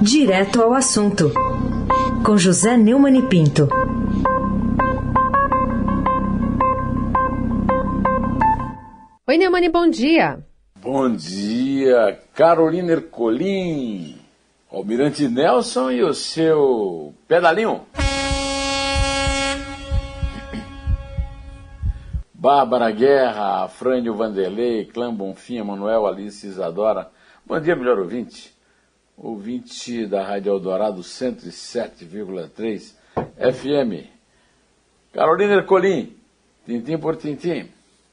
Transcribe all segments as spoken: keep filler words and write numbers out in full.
Direto ao assunto, com José Neumann e Pinto. Oi, Neumann, bom dia. Bom dia, Carolina Ercolim, Almirante Nelson e o seu pedalinho. Bárbara Guerra, Afrânio Vanderlei, Clã Bonfim, Manuel, Alice Isadora. Bom dia, melhor ouvinte. Ouvinte da Rádio Eldorado cento e sete vírgula três F M. Carolina Ercolim, tintim por tintim.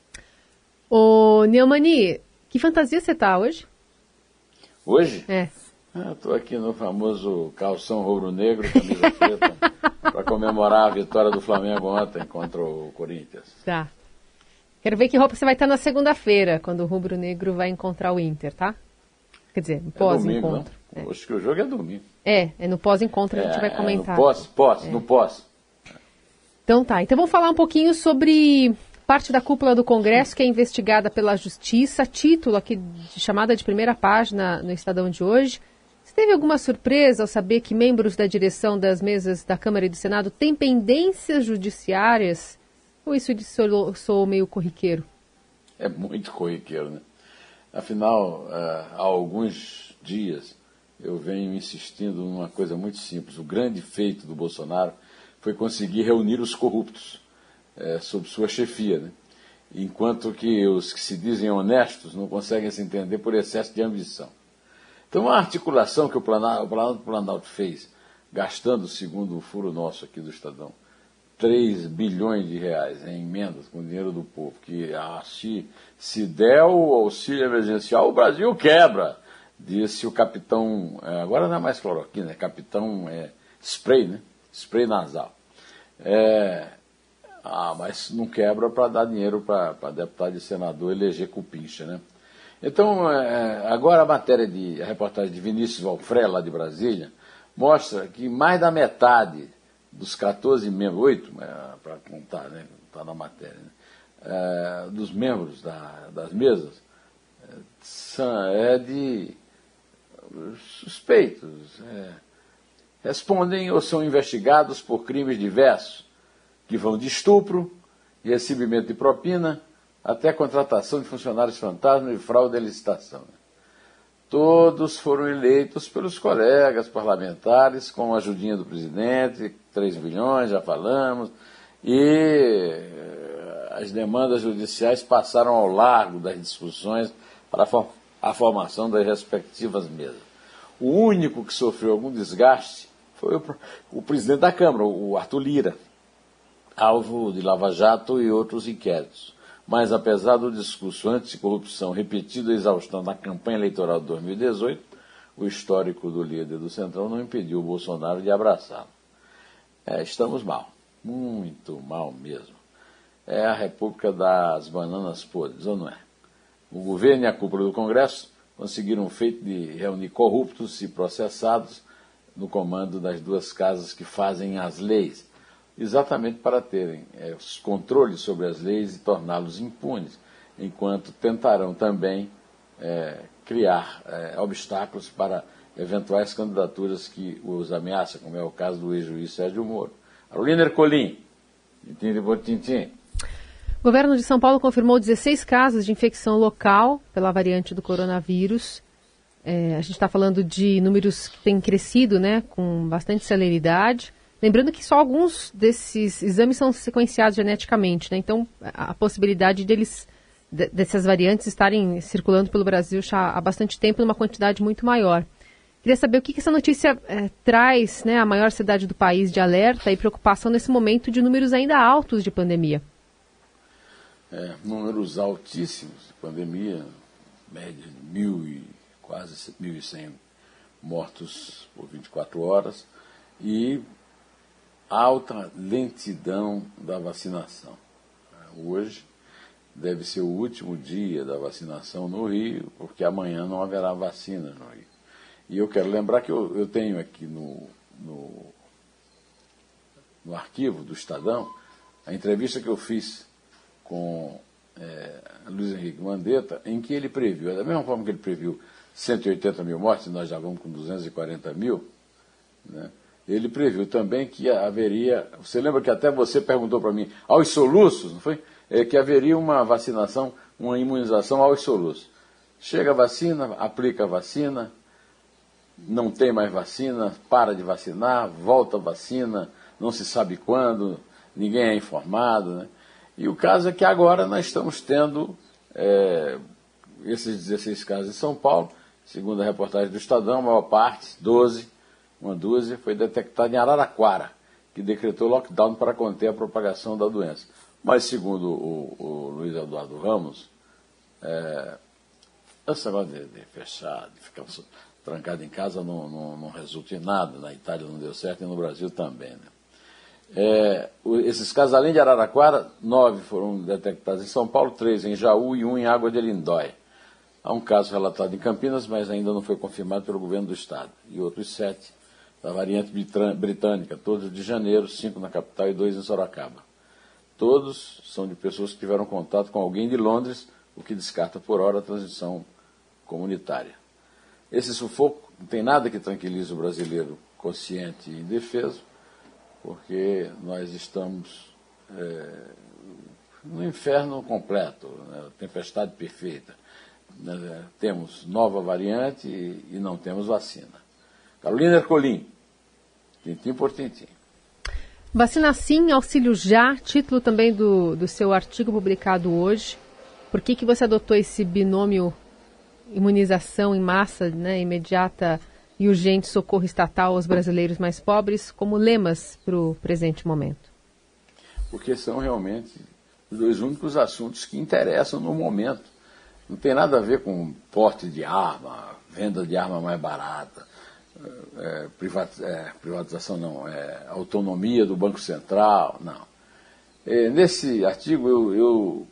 Ô, Neumann, que fantasia você tá hoje? Hoje? É. Ah, estou aqui no famoso calção rubro-negro, camisa preta, para comemorar a vitória do Flamengo ontem contra o Corinthians. Tá. Quero ver que roupa você vai estar na segunda-feira, quando o rubro-negro vai encontrar o Inter, tá? Quer dizer, no pós-encontro. É é. Acho que o jogo é domingo. É, é no pós-encontro a gente é, vai comentar. No pós, pós, é. no pós. Então tá, então vamos falar um pouquinho sobre parte da cúpula do Congresso que é investigada pela Justiça, título aqui de chamada de primeira página no Estadão de hoje. Você teve alguma surpresa ao saber que membros da direção das mesas da Câmara e do Senado têm pendências judiciárias? Ou isso sou, sou meio corriqueiro? É muito corriqueiro, né? Afinal, há alguns dias eu venho insistindo numa coisa muito simples. O grande feito do Bolsonaro foi conseguir reunir os corruptos é, sob sua chefia, né? Enquanto que os que se dizem honestos não conseguem se entender por excesso de ambição. Então, a articulação que o Planalto, o Planalto, o Planalto fez, gastando, segundo o furo nosso aqui do Estadão, três bilhões de reais em emendas com o dinheiro do povo, que ah, se, se der o auxílio emergencial, o Brasil quebra, disse o capitão, agora não é mais cloroquina, é capitão é, spray, né? Spray nasal. É, ah, mas não quebra para dar dinheiro para deputado e senador eleger cupincha, né? Então, é, agora a matéria de, a reportagem de Vinícius Valfré, lá de Brasília, mostra que mais da metade dos quatorze membros, oito, para contar, né, está na matéria, né, é, dos membros da, das mesas, é, são, é de suspeitos, é, respondem ou são investigados por crimes diversos, que vão de estupro, de recebimento de propina, até contratação de funcionários fantasma e fraude em licitação. Né. Todos foram eleitos pelos colegas parlamentares, com a ajudinha do presidente, três bilhões, já falamos, e as demandas judiciais passaram ao largo das discussões para a formação das respectivas mesas. O único que sofreu algum desgaste foi o, o presidente da Câmara, o Arthur Lira, alvo de Lava Jato e outros inquéritos. Mas, apesar do discurso anticorrupção repetido e exaustão na campanha eleitoral de dois mil e dezoito, o histórico do líder do Centrão não impediu o Bolsonaro de abraçá-lo. É, estamos mal, muito mal mesmo. É a república das bananas podres, ou não é? O governo e a cúpula do Congresso conseguiram o feito de reunir corruptos e processados no comando das duas casas que fazem as leis, exatamente para terem é, os controles sobre as leis e torná-los impunes, enquanto tentarão também é, criar é, obstáculos para eventuais candidaturas que os ameaçam, como é o caso do ex-juiz Sérgio Moro. Carolina Ercolim, tintim por tintim. O governo de São Paulo confirmou dezesseis casos de infecção local pela variante do coronavírus. É, a gente está falando de números que têm crescido, né, com bastante celeridade. Lembrando que só alguns desses exames são sequenciados geneticamente, né? Então, a possibilidade deles, de, dessas variantes estarem circulando pelo Brasil já há bastante tempo, numa quantidade muito maior. Queria saber o que, que essa notícia é, traz, né, a maior cidade do país de alerta e preocupação nesse momento de números ainda altos de pandemia. É, números altíssimos de pandemia, média de mil e quase mil e cem mortos por vinte e quatro horas e alta lentidão da vacinação. Hoje deve ser o último dia da vacinação no Rio, porque amanhã não haverá vacina no Rio. E eu quero lembrar que eu, eu tenho aqui no, no, no arquivo do Estadão a entrevista que eu fiz com é, Luiz Henrique Mandetta, em que ele previu, da mesma forma que ele previu cento e oitenta mil mortes, nós já vamos com duzentos e quarenta mil, né? Ele previu também que haveria, você lembra que até você perguntou para mim, aos soluços, não foi? É que haveria uma vacinação, uma imunização aos soluços. Chega a vacina, aplica a vacina, não tem mais vacina, para de vacinar, volta a vacina, não se sabe quando, ninguém é informado, né? E o caso é que agora nós estamos tendo é, esses dezesseis casos em São Paulo, segundo a reportagem do Estadão, a maior parte, doze, uma dúzia, foi detectada em Araraquara, que decretou lockdown para conter a propagação da doença. Mas, segundo o, o Luiz Eduardo Ramos, é, esse negócio de, de fechar, de ficar trancado em casa não, não, não resulta em nada. Na Itália não deu certo e no Brasil também, né? É, esses casos, além de Araraquara, nove foram detectados em São Paulo, três em Jaú e um em Água de Lindóia. Há um caso relatado em Campinas, mas ainda não foi confirmado pelo governo do estado. E outros sete da variante britânica, todos de janeiro, cinco na capital e dois em Sorocaba. Todos são de pessoas que tiveram contato com alguém de Londres, o que descarta por hora a transmissão comunitária. Esse sufoco não tem nada que tranquilize o brasileiro consciente e indefeso, porque nós estamos é, no inferno completo, né? Tempestade perfeita. Né? Temos nova variante e, e não temos vacina. Carolina Ercolim, tintim por tintim. Vacina sim, auxílio já, título também do, do seu artigo publicado hoje. Por que, que você adotou esse binômio imunização em massa, né, imediata e urgente socorro estatal aos brasileiros mais pobres como lemas para o presente momento? Porque são realmente os dois únicos assuntos que interessam no momento. Não tem nada a ver com porte de arma, venda de arma mais barata, é, privatização, é, privatização não, é, autonomia do Banco Central, não. É, nesse artigo, eu, eu,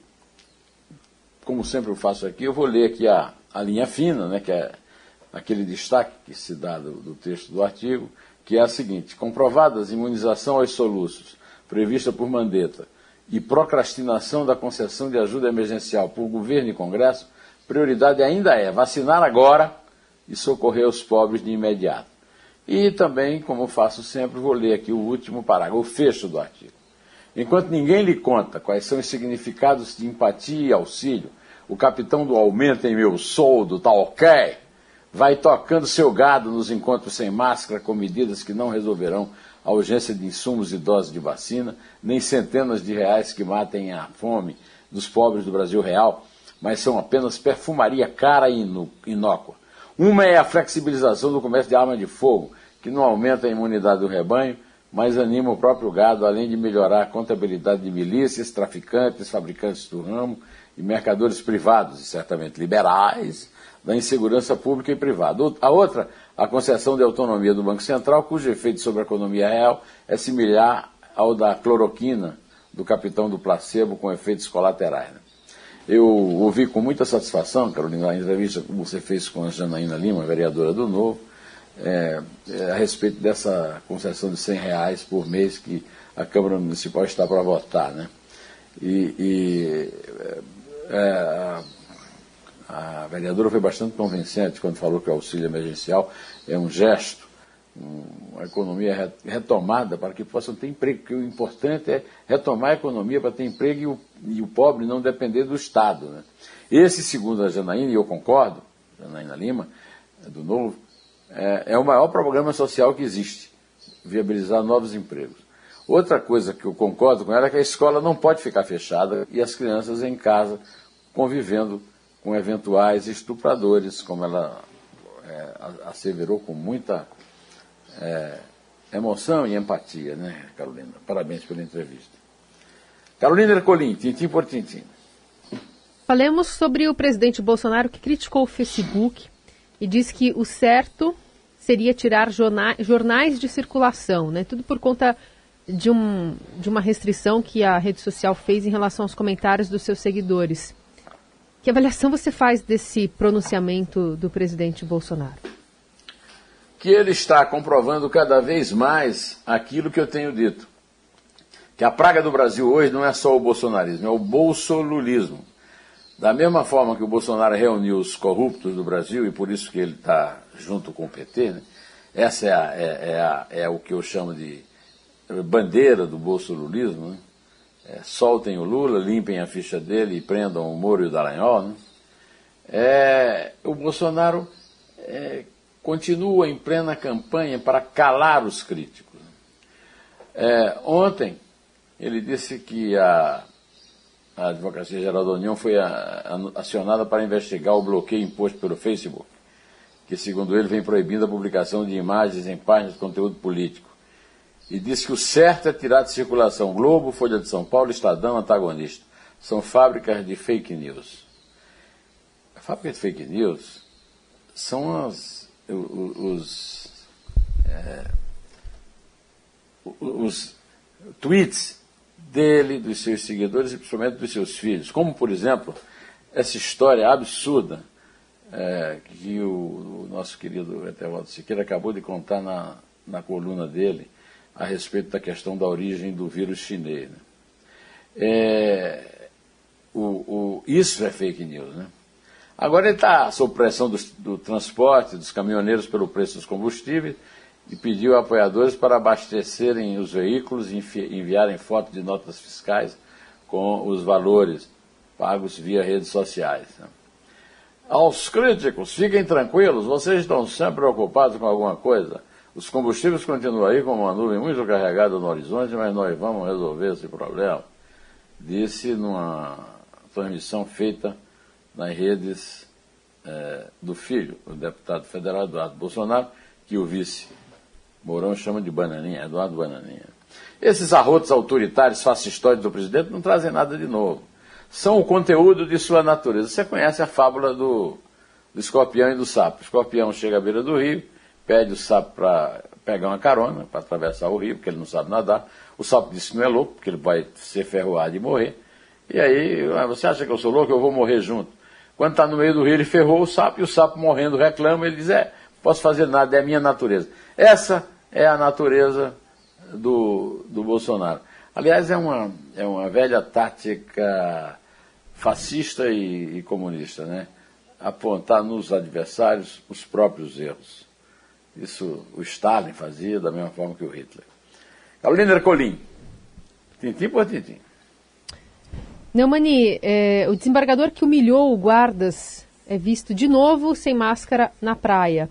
como sempre eu faço aqui, eu vou ler aqui a, a linha fina, né, que é aquele destaque que se dá do, do texto do artigo, que é a seguinte: comprovadas imunização aos soluços, prevista por Mandetta, e procrastinação da concessão de ajuda emergencial por governo e Congresso, prioridade ainda é vacinar agora e socorrer os pobres de imediato. E também, como faço sempre, vou ler aqui o último parágrafo, o fecho do artigo. Enquanto ninguém lhe conta quais são os significados de empatia e auxílio, o capitão do aumento em meu soldo, tá ok, vai tocando seu gado nos encontros sem máscara com medidas que não resolverão a urgência de insumos e doses de vacina, nem centenas de reais que matem a fome dos pobres do Brasil real, mas são apenas perfumaria cara e inócua. Uma é a flexibilização do comércio de arma de fogo, que não aumenta a imunidade do rebanho, mas anima o próprio gado, além de melhorar a contabilidade de milícias, traficantes, fabricantes do ramo e mercadores privados, e certamente liberais, da insegurança pública e privada. A outra, a concessão de autonomia do Banco Central, cujo efeito sobre a economia real é similar ao da cloroquina do capitão do placebo, com efeitos colaterais. Né? Eu ouvi com muita satisfação, Carolina, a entrevista que você fez com a Janaína Lima, vereadora do Novo, é, é, a respeito dessa concessão de cem reais por mês que a Câmara Municipal está para votar. Né? E, e é, a, a vereadora foi bastante convincente quando falou que o auxílio emergencial é um gesto, uma economia retomada para que possam ter emprego, porque o importante é retomar a economia para ter emprego e o, e o pobre não depender do Estado. Né? Esse, segundo a Janaína, e eu concordo, Janaína Lima, do Novo, é, é o maior programa social que existe, viabilizar novos empregos. Outra coisa que eu concordo com ela é que a escola não pode ficar fechada e as crianças em casa convivendo com eventuais estupradores, como ela é, asseverou com muita É, emoção e empatia, né, Carolina? Parabéns pela entrevista. Carolina Ercolim, tintim por tintim. Falemos sobre o presidente Bolsonaro, que criticou o Facebook e disse que o certo seria tirar jornais, jornais de circulação, né? Tudo por conta de, um, de uma restrição que a rede social fez em relação aos comentários dos seus seguidores. Que avaliação você faz desse pronunciamento do presidente Bolsonaro? Que ele está comprovando cada vez mais aquilo que eu tenho dito. Que a praga do Brasil hoje não é só o bolsonarismo, é o bolsolulismo. Da mesma forma que o Bolsonaro reuniu os corruptos do Brasil, e por isso que ele está junto com o P T, né? Essa é, a, é, é, a, é o que eu chamo de bandeira do bolsolulismo, né? É, soltem o Lula, limpem a ficha dele e prendam o Moro e o Dallagnol, né? É, o Bolsonaro é, continua em plena campanha para calar os críticos. É, ontem ele disse que a, a Advocacia Geral da União foi a, a, acionada para investigar o bloqueio imposto pelo Facebook, que segundo ele vem proibindo a publicação de imagens em páginas de conteúdo político. E disse que o certo é tirar de circulação Globo, Folha de São Paulo, Estadão, Antagonista. São fábricas de fake news. A fábrica de fake news são as, os, os, é, os tweets dele, dos seus seguidores e principalmente dos seus filhos. Como, por exemplo, essa história absurda é, que o, o nosso querido Etevaldo Siqueira acabou de contar na, na coluna dele, a respeito da questão da origem do vírus chinês. Né? É, o, o, isso é fake news. Né? Agora ele está sob pressão do, do transporte, dos caminhoneiros pelo preço dos combustíveis, e pediu a apoiadores para abastecerem os veículos e enviarem fotos de notas fiscais com os valores pagos via redes sociais. Né? Aos críticos, fiquem tranquilos, vocês estão sempre preocupados com alguma coisa. Os combustíveis continuam aí como uma nuvem muito carregada no horizonte, mas nós vamos resolver esse problema, disse numa transmissão feita nas redes é, do filho, o deputado federal Eduardo Bolsonaro, que o vice Mourão chama de Bananinha, Eduardo Bananinha. Esses arrotos autoritários, fascistóides do presidente não trazem nada de novo. São o conteúdo de sua natureza. Você conhece a fábula do, do escorpião e do sapo. O escorpião chega à beira do rio, pede o sapo para pegar uma carona, para atravessar o rio, porque ele não sabe nadar. O sapo diz que não é louco, porque ele vai ser ferroado e morrer. E aí, você acha que eu sou louco? Eu vou morrer junto. Quando está no meio do rio, ele ferrou o sapo, e o sapo morrendo reclama, ele diz, é, posso fazer nada, é a minha natureza. Essa é a natureza do, do Bolsonaro. Aliás, é uma, é uma velha tática fascista e, e comunista, né? Apontar nos adversários os próprios erros. Isso o Stalin fazia da mesma forma que o Hitler. Carolina Ercolim, tintim por tintim. Neumani, é, o desembargador que humilhou o guardas é visto de novo sem máscara na praia.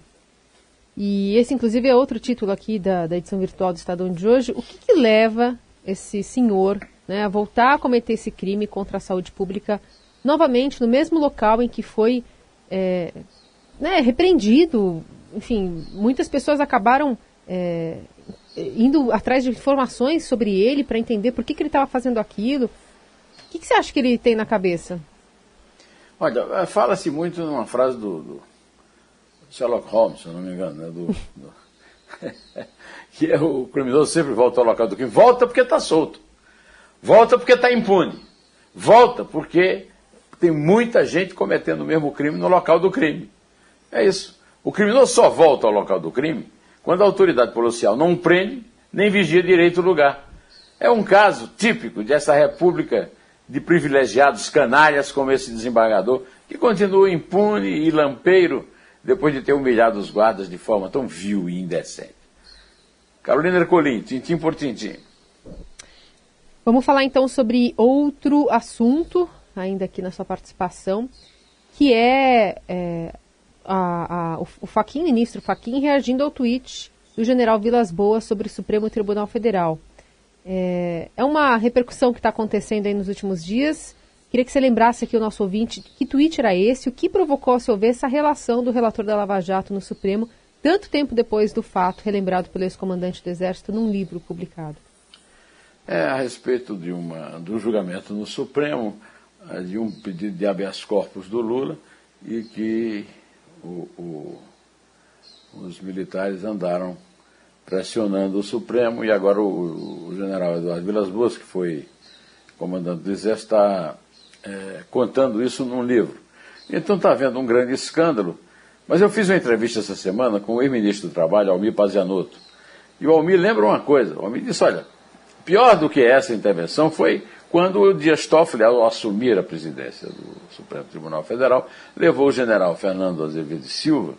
E esse, inclusive, é outro título aqui da, da edição virtual do Estadão de hoje. O que, que leva esse senhor, né, a voltar a cometer esse crime contra a saúde pública novamente no mesmo local em que foi é, né, repreendido? Enfim, muitas pessoas acabaram é, indo atrás de informações sobre ele para entender por que, que ele estava fazendo aquilo. O que, que você acha que ele tem na cabeça? Olha, fala-se muito numa frase do, do Sherlock Holmes, se eu não me engano, né? do, do... que é o criminoso sempre volta ao local do crime. Volta porque está solto. Volta porque está impune. Volta porque tem muita gente cometendo o mesmo crime no local do crime. É isso. O criminoso só volta ao local do crime quando a autoridade policial não prende nem vigia direito o lugar. É um caso típico dessa república de privilegiados canalhas como esse desembargador, que continua impune e lampeiro depois de ter humilhado os guardas de forma tão vil e indecente. Carolina Ercolim, tintim por tintim. Vamos falar então sobre outro assunto, ainda aqui na sua participação, que é, é a, a, o, o Fachin, ministro Fachin, reagindo ao tweet do general Vilas Boas sobre o Supremo Tribunal Federal. É, é uma repercussão que está acontecendo aí nos últimos dias. Queria que você lembrasse aqui o nosso ouvinte que tweet era esse, o que provocou, a seu ver, essa relação do relator da Lava Jato no Supremo, tanto tempo depois do fato, relembrado pelo ex-comandante do Exército num livro publicado. É a respeito de uma, do julgamento no Supremo, de um pedido de habeas corpus do Lula, e que o, o, os militares andaram pressionando o Supremo, e agora o, o general Eduardo Vilas Boas, que foi comandante do Exército, está é, contando isso num livro. Então está havendo um grande escândalo, mas eu fiz uma entrevista essa semana com o ex-ministro do Trabalho, Almir Pazianotto, e o Almir lembra uma coisa, o Almir disse, olha, pior do que essa intervenção foi quando o Dias Toffoli, ao assumir a presidência do Supremo Tribunal Federal, levou o general Fernando Azevedo Silva,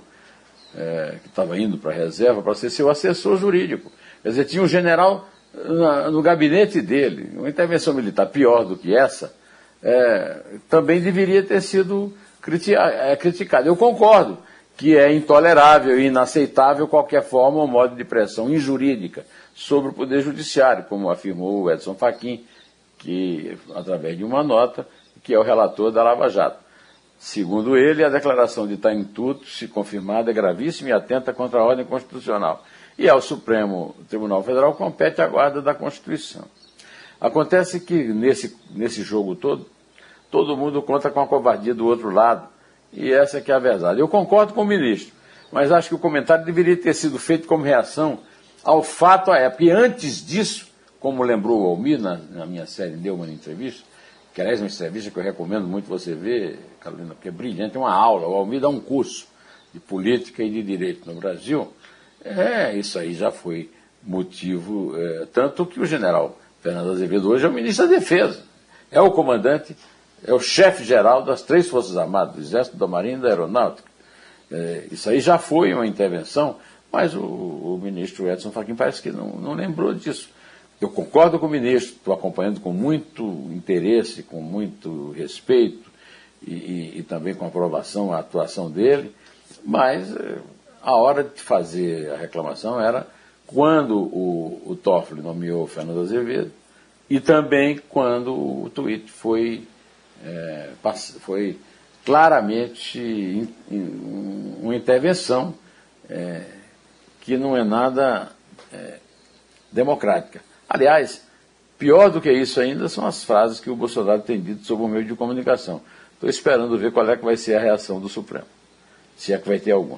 é, que estava indo para a reserva, para ser seu assessor jurídico. Quer dizer, tinha um general na, no gabinete dele. Uma intervenção militar pior do que essa é, também deveria ter sido criti- é, criticada. Eu concordo que é intolerável e inaceitável qualquer forma ou modo de pressão injurídica sobre o Poder Judiciário, como afirmou o Edson Fachin, que, através de uma nota, que é o relator da Lava Jato. Segundo ele, a declaração de Taintuto, se confirmada, é gravíssima e atenta contra a ordem constitucional. E ao Supremo Tribunal Federal compete a guarda da Constituição. Acontece que, nesse, nesse jogo todo, todo mundo conta com a covardia do outro lado, e essa que é a verdade. Eu concordo com o ministro, mas acho que o comentário deveria ter sido feito como reação ao fato à época. E antes disso, como lembrou o Almir na, na minha série Deu uma entrevista, que aliás é uma entrevista que eu recomendo muito você ver, Carolina, porque é brilhante, é uma aula. O Almir dá um curso de política e de direito no Brasil. É, isso aí já foi motivo, é, tanto que o general Fernando Azevedo hoje é o ministro da Defesa, é o comandante, é o chefe-geral das três Forças Armadas, do Exército, da Marinha e da Aeronáutica. É, isso aí já foi uma intervenção, mas o, o ministro Edson Fachin parece que não, não lembrou disso. Eu concordo com o ministro, estou acompanhando com muito interesse, com muito respeito e, e, e também com aprovação a atuação dele, mas a hora de fazer a reclamação era quando o, o Toffoli nomeou o Fernando Azevedo e também quando o tweet foi, é, foi claramente in, in, uma intervenção é, que não é nada é, democrática. Aliás, pior do que isso ainda são as frases que o Bolsonaro tem dito sobre o meio de comunicação. Estou esperando ver qual é que vai ser a reação do Supremo, se é que vai ter alguma.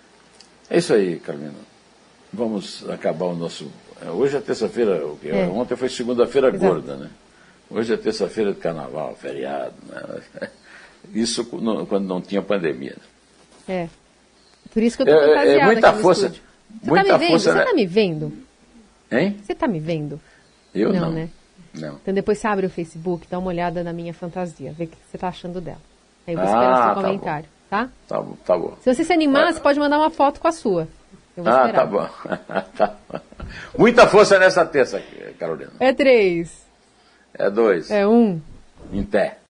É isso aí, Carolina. Vamos acabar o nosso... Hoje é terça-feira, é. Ontem foi segunda-feira gorda, né? Hoje é terça-feira de carnaval, feriado, né? Isso quando não tinha pandemia. É. Por isso que eu estou é, fantasiada é muita aqui no força, estúdio. Você muita está me vendo? força, Você né? está me vendo? Hein? Você está me vendo? Eu não. Não, né? Não. Então depois você abre o Facebook, dá uma olhada na minha fantasia, vê o que você está achando dela. Aí eu vou Ah, esperar tá seu comentário, tá? Tá bom, tá bom. Se você se animar, Vai. você pode mandar uma foto com a sua. Eu vou Ah, esperar. tá bom. Tá bom. Muita força nessa terça, Carolina. É três. É dois. É um. Em pé.